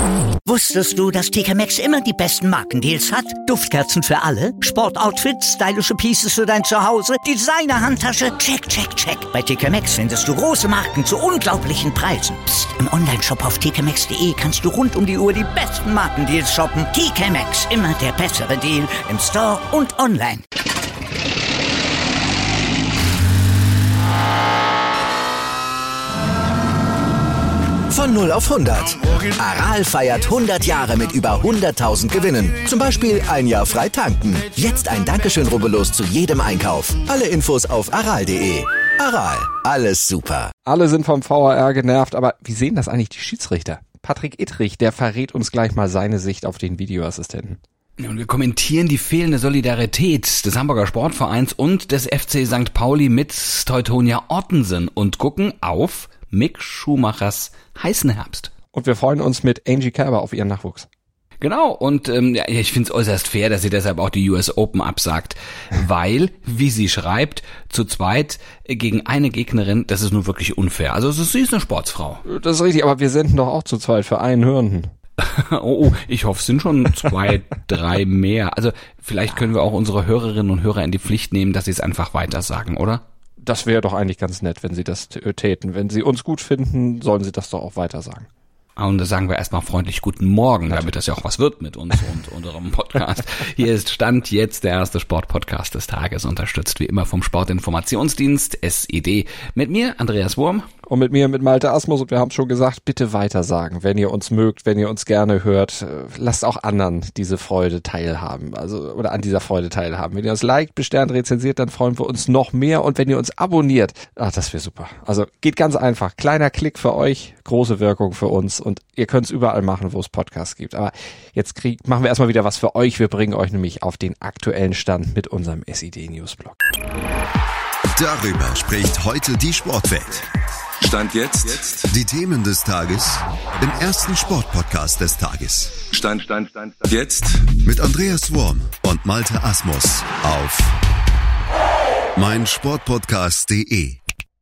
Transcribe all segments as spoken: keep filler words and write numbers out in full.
Wusstest du, dass T K Maxx immer die besten Markendeals hat? Duftkerzen für alle, Sportoutfits, stylische Pieces für dein Zuhause, Designer-Handtasche, check, check, check. Bei T K Maxx findest du große Marken zu unglaublichen Preisen. Psst. Im Onlineshop auf t k maxx punkt d e kannst du rund um die Uhr die besten Markendeals shoppen. T K Maxx, immer der bessere Deal im Store und online. Von null auf hundert. Aral feiert hundert Jahre mit über hunderttausend Gewinnen. Zum Beispiel ein Jahr frei tanken. Jetzt ein Dankeschön, rubbellos zu jedem Einkauf. Alle Infos auf aral punkt de. Aral, alles super. Alle sind vom V A R genervt, aber wie sehen das eigentlich die Schiedsrichter? Patrick Ittrich, der verrät uns gleich mal seine Sicht auf den Videoassistenten. Und wir kommentieren die fehlende Solidarität des Hamburger Sportvereins und des F C Sankt Pauli mit Teutonia Ottensen und gucken auf Mick Schumachers heißen Herbst. Und wir freuen uns mit Angie Kerber auf ihren Nachwuchs. Genau, und ähm, ja, ich finde es äußerst fair, dass sie deshalb auch die U S Open absagt, weil, wie sie schreibt, zu zweit gegen eine Gegnerin, das ist nun wirklich unfair. Also sie ist eine Sportsfrau. Das ist richtig, aber wir senden doch auch zu zweit für einen Hörenden. oh, oh, ich hoffe, es sind schon zwei, drei mehr. Also vielleicht können wir auch unsere Hörerinnen und Hörer in die Pflicht nehmen, dass sie es einfach weiter sagen, oder? Das wäre doch eigentlich ganz nett, wenn sie das täten. Wenn sie uns gut finden, sollen sie das doch auch weiter sagen. Und da sagen wir erstmal freundlich guten Morgen, damit das ja auch was wird mit uns und unserem Podcast. Hier ist Stand jetzt der erste Sportpodcast des Tages, unterstützt wie immer vom Sportinformationsdienst S I D. Mit mir, Andreas Wurm. Und mit mir, mit Malte Asmus. Und wir haben schon gesagt, bitte weitersagen, wenn ihr uns mögt, wenn ihr uns gerne hört. Lasst auch anderen diese Freude teilhaben, also oder an dieser Freude teilhaben. Wenn ihr uns liked, besternt, rezensiert, dann freuen wir uns noch mehr. Und wenn ihr uns abonniert, ach, das wäre super. Also geht ganz einfach. Kleiner Klick für euch, große Wirkung für uns. Und ihr könnt es überall machen, wo es Podcasts gibt. Aber jetzt krieg, machen wir erstmal wieder was für euch. Wir bringen euch nämlich auf den aktuellen Stand mit unserem S I D-Newsblog. Darüber spricht heute die Sportwelt. Stand jetzt. jetzt die Themen des Tages im ersten Sportpodcast des Tages. Stand, Stand, Stand, Stand. Jetzt mit Andreas Wurm und Malte Asmus auf meinsportpodcast punkt de.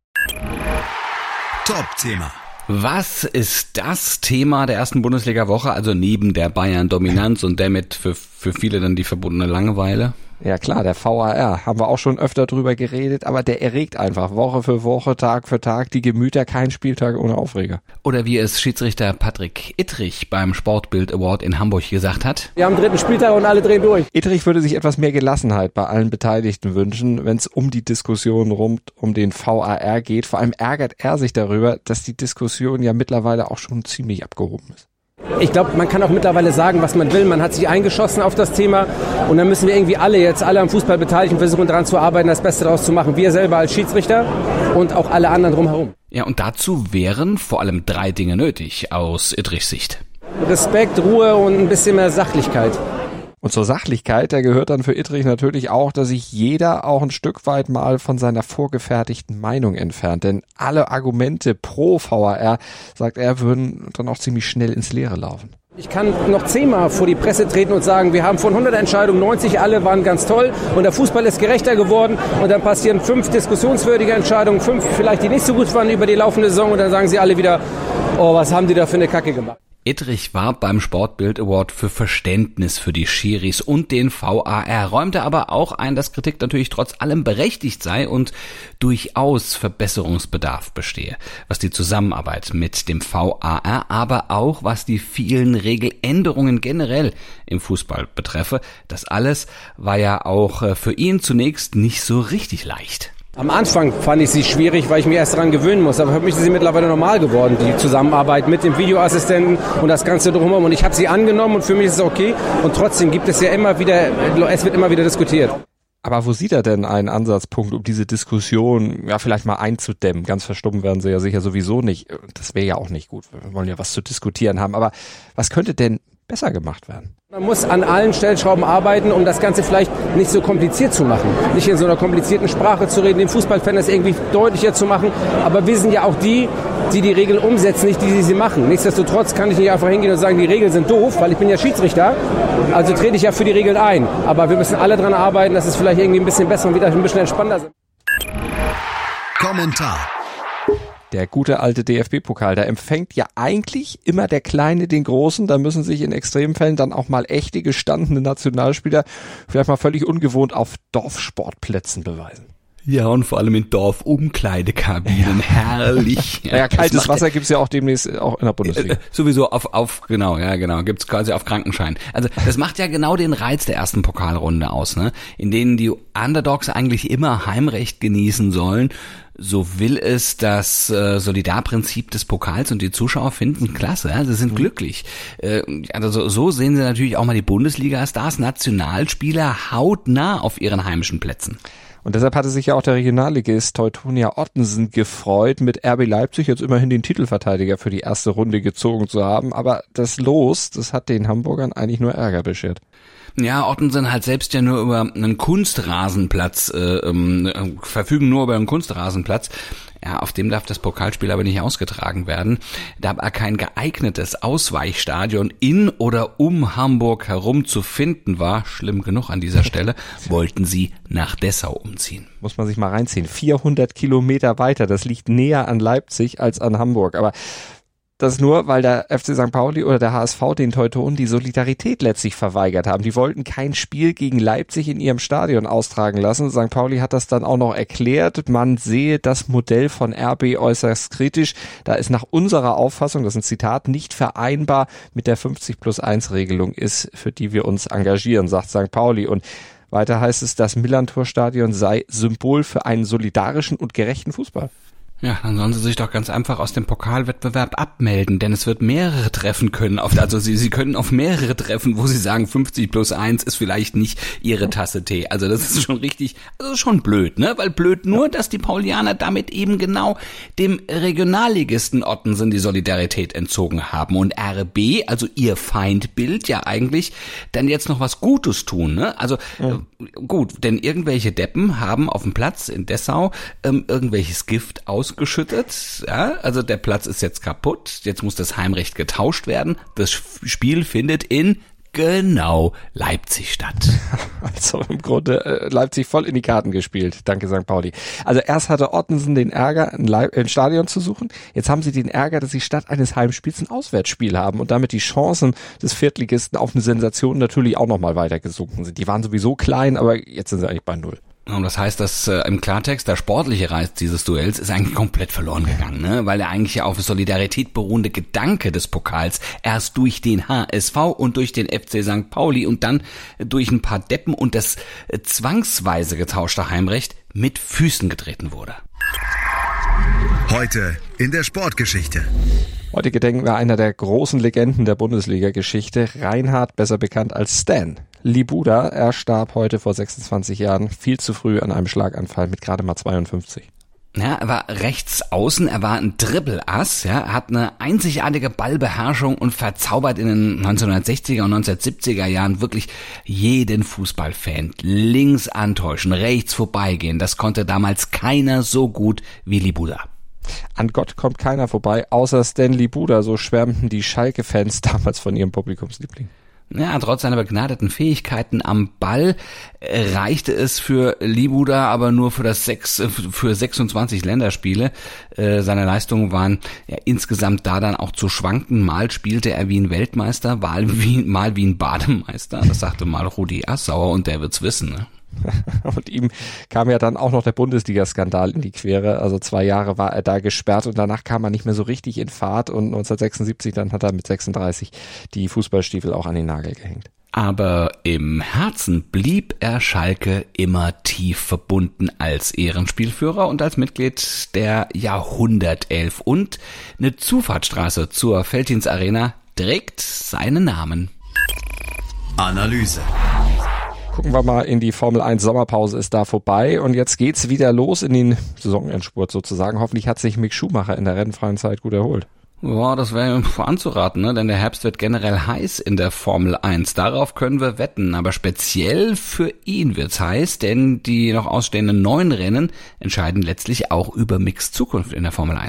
Top-Thema. Was ist das Thema der ersten Bundesliga-Woche, also neben der Bayern-Dominanz und damit für, für viele dann die verbundene Langeweile? Ja klar, der V A R, haben wir auch schon öfter drüber geredet, aber der erregt einfach Woche für Woche, Tag für Tag die Gemüter, kein Spieltag ohne Aufreger. Oder wie es Schiedsrichter Patrick Ittrich beim Sportbild Award in Hamburg gesagt hat. Wir haben den dritten Spieltag und alle drehen durch. Ittrich würde sich etwas mehr Gelassenheit bei allen Beteiligten wünschen, wenn es um die Diskussion rund um den V A R geht. Vor allem ärgert er sich darüber, dass die Diskussion ja mittlerweile auch schon ziemlich abgehoben ist. Ich glaube, man kann auch mittlerweile sagen, was man will. Man hat sich eingeschossen auf das Thema und dann müssen wir irgendwie alle jetzt, alle am Fußball beteiligt und versuchen daran zu arbeiten, das Beste daraus zu machen. Wir selber als Schiedsrichter und auch alle anderen drumherum. Ja, und dazu wären vor allem drei Dinge nötig aus Ittrichs Sicht. Respekt, Ruhe und ein bisschen mehr Sachlichkeit. Und zur Sachlichkeit, da gehört dann für Ittrich natürlich auch, dass sich jeder auch ein Stück weit mal von seiner vorgefertigten Meinung entfernt. Denn alle Argumente pro V A R, sagt er, würden dann auch ziemlich schnell ins Leere laufen. Ich kann noch zehnmal vor die Presse treten und sagen, wir haben von hundert Entscheidungen neunzig, alle waren ganz toll und der Fußball ist gerechter geworden und dann passieren fünf diskussionswürdige Entscheidungen, fünf vielleicht, die nicht so gut waren über die laufende Saison und dann sagen sie alle wieder, oh, was haben die da für eine Kacke gemacht. Ittrich war beim Sportbild Award für Verständnis für die Schiris und den V A R, räumte aber auch ein, dass Kritik natürlich trotz allem berechtigt sei und durchaus Verbesserungsbedarf bestehe, was die Zusammenarbeit mit dem V A R, aber auch was die vielen Regeländerungen generell im Fußball betreffe. Das alles war ja auch für ihn zunächst nicht so richtig leicht. Am Anfang fand ich sie schwierig, weil ich mich erst daran gewöhnen muss. Aber für mich ist sie mittlerweile normal geworden, die Zusammenarbeit mit dem Videoassistenten und das Ganze drumherum. Und ich habe sie angenommen und für mich ist es okay. Und trotzdem gibt es ja immer wieder, es wird immer wieder diskutiert. Aber wo sieht er denn einen Ansatzpunkt, um diese Diskussion ja vielleicht mal einzudämmen? Ganz verstummen werden sie ja sicher sowieso nicht. Das wäre ja auch nicht gut. Wir wollen ja was zu diskutieren haben. Aber was könnte denn besser gemacht werden? Man muss an allen Stellschrauben arbeiten, um das Ganze vielleicht nicht so kompliziert zu machen. Nicht in so einer komplizierten Sprache zu reden, den Fußballfan das irgendwie deutlicher zu machen. Aber wir sind ja auch die, die die Regeln umsetzen, nicht die, die sie machen. Nichtsdestotrotz kann ich nicht einfach hingehen und sagen, die Regeln sind doof, weil ich bin ja Schiedsrichter. Also trete ich ja für die Regeln ein. Aber wir müssen alle dran arbeiten, dass es vielleicht irgendwie ein bisschen besser und wieder ein bisschen entspannter sind. Kommentar. Der gute alte D F B-Pokal, da empfängt ja eigentlich immer der Kleine den Großen. Da müssen sich in Extremfällen dann auch mal echte gestandene Nationalspieler vielleicht mal völlig ungewohnt auf Dorfsportplätzen beweisen. Ja, und vor allem in Dorf-Umkleidekabinen. Ja. Herrlich. Ja, ja, kaltes Wasser gibt's ja auch demnächst auch in der Bundesliga. Äh, sowieso auf, auf, genau, ja, genau, gibt's quasi auf Krankenschein. Also, das macht ja genau den Reiz der ersten Pokalrunde aus, ne? In denen die Underdogs eigentlich immer Heimrecht genießen sollen. So will es das äh, Solidarprinzip des Pokals und die Zuschauer finden klasse, ja? Sie sind mhm. glücklich. Äh, also so sehen sie natürlich auch mal die Bundesliga-Stars, Nationalspieler hautnah auf ihren heimischen Plätzen. Und deshalb hatte sich ja auch der Regionalligist Teutonia Ottensen gefreut, mit R B Leipzig jetzt immerhin den Titelverteidiger für die erste Runde gezogen zu haben. Aber das Los, das hat den Hamburgern eigentlich nur Ärger beschert. Ja, Ottensen hat selbst ja nur über einen Kunstrasenplatz, äh, äh, verfügen nur über einen Kunstrasenplatz. Ja, auf dem darf das Pokalspiel aber nicht ausgetragen werden. Da aber kein geeignetes Ausweichstadion in oder um Hamburg herum zu finden war, schlimm genug an dieser Stelle, wollten sie nach Dessau umziehen. Muss man sich mal reinziehen. vierhundert Kilometer weiter, das liegt näher an Leipzig als an Hamburg. Aber das nur, weil der F C Sankt Pauli oder der H S V den Teutonen die Solidarität letztlich verweigert haben. Die wollten kein Spiel gegen Leipzig in ihrem Stadion austragen lassen. Sankt Pauli hat das dann auch noch erklärt. Man sehe das Modell von R B äußerst kritisch. Da ist nach unserer Auffassung, das ist ein Zitat, nicht vereinbar mit der fünfzig plus eins Regelung ist, für die wir uns engagieren, sagt Sankt Pauli. Und weiter heißt es, das Millerntor-Stadion sei Symbol für einen solidarischen und gerechten Fußball. Ja, dann sollen sie sich doch ganz einfach aus dem Pokalwettbewerb abmelden, denn es wird mehrere Treffen können, auf, also sie, sie können auf mehrere Treffen, wo sie sagen, fünfzig plus eins ist vielleicht nicht ihre Tasse Tee. Also das ist schon richtig, also schon blöd, ne? Weil blöd nur, dass die Paulianer damit eben genau dem Regionalligisten Ottensen die Solidarität entzogen haben und R B, also ihr Feindbild, ja eigentlich dann jetzt noch was Gutes tun, ne? Also ja. äh, gut, denn irgendwelche Deppen haben auf dem Platz in Dessau ähm, irgendwelches Gift aus geschüttet, ja, also der Platz ist jetzt kaputt, jetzt muss das Heimrecht getauscht werden, das Spiel findet in genau Leipzig statt. Also im Grunde äh, Leipzig voll in die Karten gespielt, danke Sankt Pauli. Also erst hatte Ottensen den Ärger, ein, Leip- ein Stadion zu suchen, jetzt haben sie den Ärger, dass sie statt eines Heimspiels ein Auswärtsspiel haben und damit die Chancen des Viertligisten auf eine Sensation natürlich auch nochmal weiter gesunken sind. Die waren sowieso klein, aber jetzt sind sie eigentlich bei null. Und das heißt, dass äh, im Klartext der sportliche Reiz dieses Duells ist eigentlich komplett verloren gegangen, ne? Weil der eigentlich auf Solidarität beruhende Gedanke des Pokals erst durch den H S V und durch den F C Sankt Pauli und dann durch ein paar Deppen und das äh, zwangsweise getauschte Heimrecht mit Füßen getreten wurde. Heute in der Sportgeschichte. Heute gedenken wir einer der großen Legenden der Bundesliga-Geschichte, Reinhard, besser bekannt als Stan Libuda. Er starb heute vor sechsundzwanzig Jahren, viel zu früh an einem Schlaganfall mit gerade mal zweiundfünfzig. Ja, er war rechts außen, er war ein Dribbelass, ja, er hat eine einzigartige Ballbeherrschung und verzaubert in den neunzehnhundertsechziger und neunzehnhundertsiebziger Jahren wirklich jeden Fußballfan. Links antäuschen, rechts vorbeigehen, das konnte damals keiner so gut wie Libuda. An Gott kommt keiner vorbei, außer Stan Libuda, so schwärmten die Schalke-Fans damals von ihrem Publikumsliebling. Ja, trotz seiner begnadeten Fähigkeiten am Ball reichte es für Libuda aber nur für das sechs, für sechsundzwanzig Länderspiele. Äh, seine Leistungen waren ja insgesamt da dann auch zu schwanken. Mal spielte er wie ein Weltmeister, mal wie, mal wie ein Bademeister. Das sagte mal Rudi Assauer und der wird's wissen, ne? Und ihm kam ja dann auch noch der Bundesliga-Skandal in die Quere. Also zwei Jahre war er da gesperrt und danach kam er nicht mehr so richtig in Fahrt und neunzehnhundertsechsundsiebzig dann hat er mit sechsunddreißig die Fußballstiefel auch an den Nagel gehängt. Aber im Herzen blieb er Schalke immer tief verbunden als Ehrenspielführer und als Mitglied der Jahrhundertelf. Und eine Zufahrtsstraße zur Veltins Arena trägt seinen Namen. Analyse. Gucken wir mal in die Formel eins Sommerpause ist da vorbei und jetzt geht's wieder los in den Saisonendspurt sozusagen. Hoffentlich hat sich Mick Schumacher in der rennfreien Zeit gut erholt. Ja, das wäre anzuraten, ne? Denn der Herbst wird generell heiß in der Formel eins. Darauf können wir wetten, aber speziell für ihn wird's heiß, denn die noch ausstehenden neun Rennen entscheiden letztlich auch über Micks Zukunft in der Formel eins.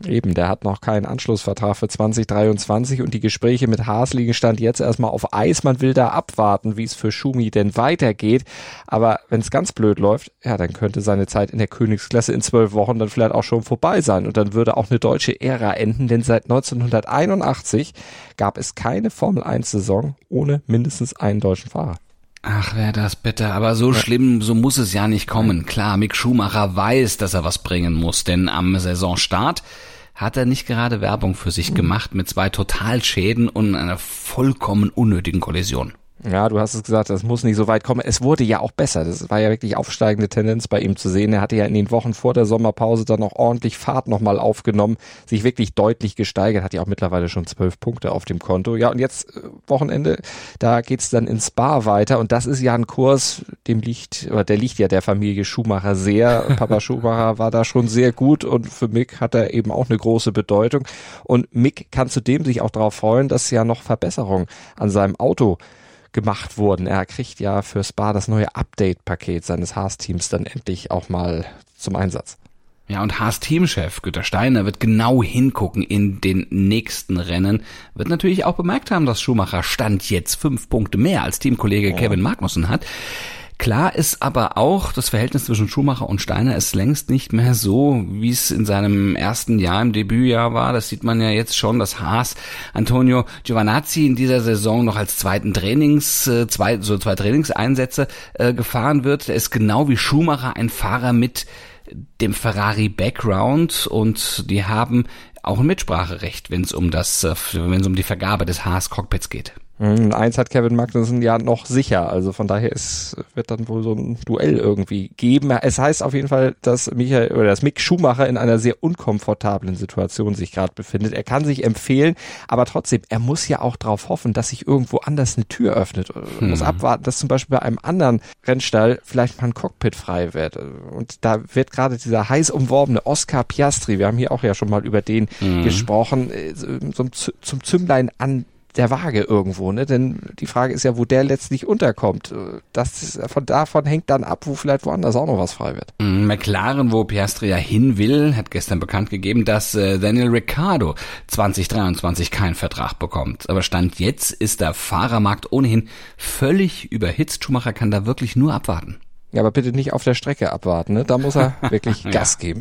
Eben, der hat noch keinen Anschlussvertrag für zwanzig dreiundzwanzig und die Gespräche mit Haas liegen Stand jetzt erstmal auf Eis. Man will da abwarten, wie es für Schumi denn weitergeht. Aber wenn es ganz blöd läuft, ja, dann könnte seine Zeit in der Königsklasse in zwölf Wochen dann vielleicht auch schon vorbei sein. Und dann würde auch eine deutsche Ära enden, denn seit neunzehnhunderteinundachtzig gab es keine Formel eins Saison ohne mindestens einen deutschen Fahrer. Ach, wäre das bitter. Aber so ja. schlimm, so muss es ja nicht kommen. Klar, Mick Schumacher weiß, dass er was bringen muss, denn am Saisonstart hat er nicht gerade Werbung für sich gemacht mit zwei Totalschäden und einer vollkommen unnötigen Kollision. Ja, du hast es gesagt, das muss nicht so weit kommen. Es wurde ja auch besser. Das war ja wirklich aufsteigende Tendenz bei ihm zu sehen. Er hatte ja in den Wochen vor der Sommerpause dann noch ordentlich Fahrt nochmal aufgenommen, sich wirklich deutlich gesteigert, hat ja auch mittlerweile schon zwölf Punkte auf dem Konto. Ja, und jetzt Wochenende, da geht's dann in Spa weiter und das ist ja ein Kurs, dem liegt, oder der liegt ja der Familie Schumacher sehr. Papa Schumacher war da schon sehr gut und für Mick hat er eben auch eine große Bedeutung. Und Mick kann zudem sich auch darauf freuen, dass ja noch Verbesserungen an seinem Auto gemacht wurden. Er kriegt ja für Spa das neue Update-Paket seines Haas-Teams dann endlich auch mal zum Einsatz. Ja, und Haas-Teamchef Günther Steiner wird genau hingucken in den nächsten Rennen, wird natürlich auch bemerkt haben, dass Schumacher Stand jetzt fünf Punkte mehr als Teamkollege ja. Kevin Magnussen hat. Klar ist aber auch, das Verhältnis zwischen Schumacher und Steiner ist längst nicht mehr so, wie es in seinem ersten Jahr im Debütjahr war. Das sieht man ja jetzt schon, dass Haas Antonio Giovinazzi in dieser Saison noch als zweiten Trainings, äh, zwei, so zwei Trainingseinsätze äh, gefahren wird. Er ist genau wie Schumacher ein Fahrer mit dem Ferrari-Background und die haben auch ein Mitspracherecht, wenn es um das, äh, wenn es um die Vergabe des Haas-Cockpits geht. Eins hat Kevin Magnussen ja noch sicher, also von daher ist, wird dann wohl so ein Duell irgendwie geben. Es heißt auf jeden Fall, dass Michael oder dass Mick Schumacher in einer sehr unkomfortablen Situation sich gerade befindet. Er kann sich empfehlen, aber trotzdem, er muss ja auch darauf hoffen, dass sich irgendwo anders eine Tür öffnet. Er hm. muss abwarten, dass zum Beispiel bei einem anderen Rennstall vielleicht mal ein Cockpit frei wird. Und da wird gerade dieser heiß umworbene Oscar Piastri, wir haben hier auch ja schon mal über den hm. gesprochen, zum, zum Zünglein an der Waage irgendwo, ne? Denn die Frage ist ja, wo der letztlich unterkommt. Das von davon hängt dann ab, wo vielleicht woanders auch noch was frei wird. McLaren, wo Piastri ja hin will, hat gestern bekannt gegeben, dass äh, Daniel Ricciardo zwanzig dreiundzwanzig keinen Vertrag bekommt. Aber Stand jetzt ist der Fahrermarkt ohnehin völlig überhitzt. Schumacher kann da wirklich nur abwarten. Ja, aber bitte nicht auf der Strecke abwarten, ne? Da muss er wirklich ja. Gas geben.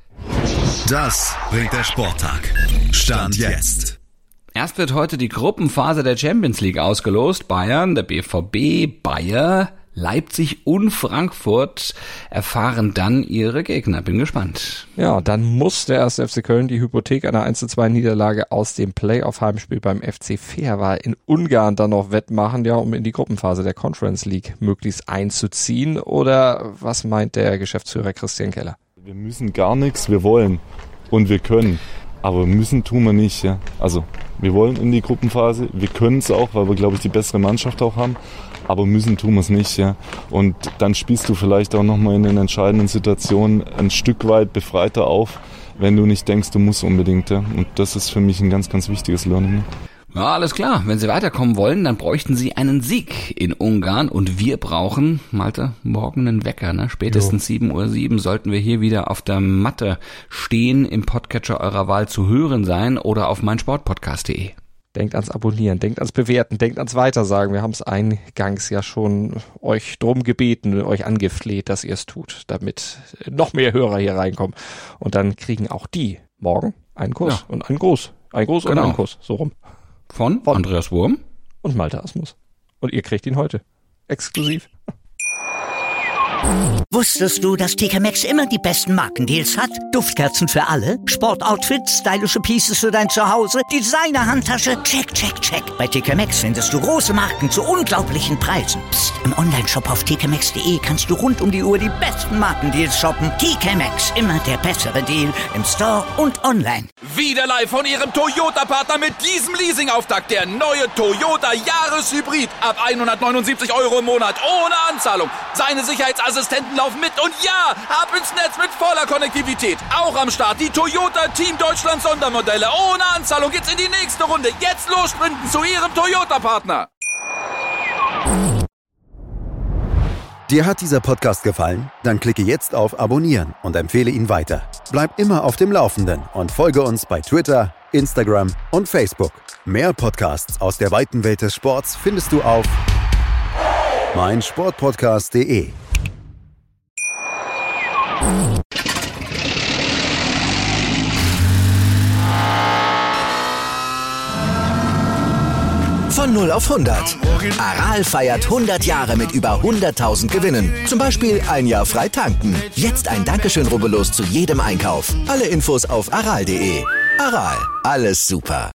Das bringt der Sporttag. Stand jetzt. Erst wird heute die Gruppenphase der Champions League ausgelost. Bayern, der B V B, Bayer, Leipzig und Frankfurt erfahren dann ihre Gegner. Bin gespannt. Ja, dann muss der erste F C Köln die Hypothek einer eins zu zwei Niederlage aus dem Playoff-Heimspiel beim F C Fehervar in Ungarn dann noch wettmachen, ja, um in die Gruppenphase der Conference League möglichst einzuziehen. Oder was meint der Geschäftsführer Christian Keller? Wir müssen gar nichts, wir wollen und wir können. Aber müssen tun wir nicht, ja. Also wir wollen in die Gruppenphase, wir können es auch, weil wir, glaube ich, die bessere Mannschaft auch haben. Aber müssen tun wir es nicht, ja. Und dann spielst du vielleicht auch nochmal in den entscheidenden Situationen ein Stück weit befreiter auf, wenn du nicht denkst, du musst unbedingt, ja. Und das ist für mich ein ganz, ganz wichtiges Learning. Ja, alles klar. Wenn Sie weiterkommen wollen, dann bräuchten Sie einen Sieg in Ungarn und wir brauchen, Malte, morgen einen Wecker, ne? Spätestens sieben Uhr sieben sollten wir hier wieder auf der Matte stehen, im Podcatcher eurer Wahl zu hören sein oder auf meinsportpodcast punkt de. Denkt ans Abonnieren, denkt ans Bewerten, denkt ans Weitersagen. Wir haben es eingangs ja schon euch drum gebeten, euch angefleht, dass ihr es tut, damit noch mehr Hörer hier reinkommen. Und dann kriegen auch die morgen einen Kuss ja. und einen Gruß. Ein Gruß genau. und einen Kuss, so rum. Von, Von Andreas Wurm und Malte Asmus. Und ihr kriegt ihn heute. Exklusiv. Wusstest du, dass T K Maxx immer die besten Markendeals hat? Duftkerzen für alle, Sportoutfits, stylische Pieces für dein Zuhause, Designer-Handtasche, check, check, check. Bei T K Maxx findest du große Marken zu unglaublichen Preisen. Psst. Im Onlineshop auf t k maxx punkt de kannst du rund um die Uhr die besten Markendeals shoppen. T K Maxx, immer der bessere Deal im Store und online. Wieder live von Ihrem Toyota-Partner mit diesem Leasing-Auftakt. Der neue Toyota Jahreshybrid. Ab hundertneunundsiebzig Euro im Monat ohne Anzahlung. Seine Sicherheitsassistenten laufen mit und ja, ab ins Netz mit voller Konnektivität. Auch am Start die Toyota Team Deutschland Sondermodelle. Ohne Anzahlung geht's in die nächste Runde. Jetzt los sprinten zu Ihrem Toyota-Partner. Dir hat dieser Podcast gefallen? Dann klicke jetzt auf Abonnieren und empfehle ihn weiter. Bleib immer auf dem Laufenden und folge uns bei Twitter, Instagram und Facebook. Mehr Podcasts aus der weiten Welt des Sports findest du auf meinsportpodcast punkt de. Von null auf hundert. Aral feiert hundert Jahre mit über hunderttausend Gewinnen. Zum Beispiel ein Jahr frei tanken. Jetzt ein Dankeschön, rubbellos zu jedem Einkauf. Alle Infos auf aral punkt de. Aral, alles super.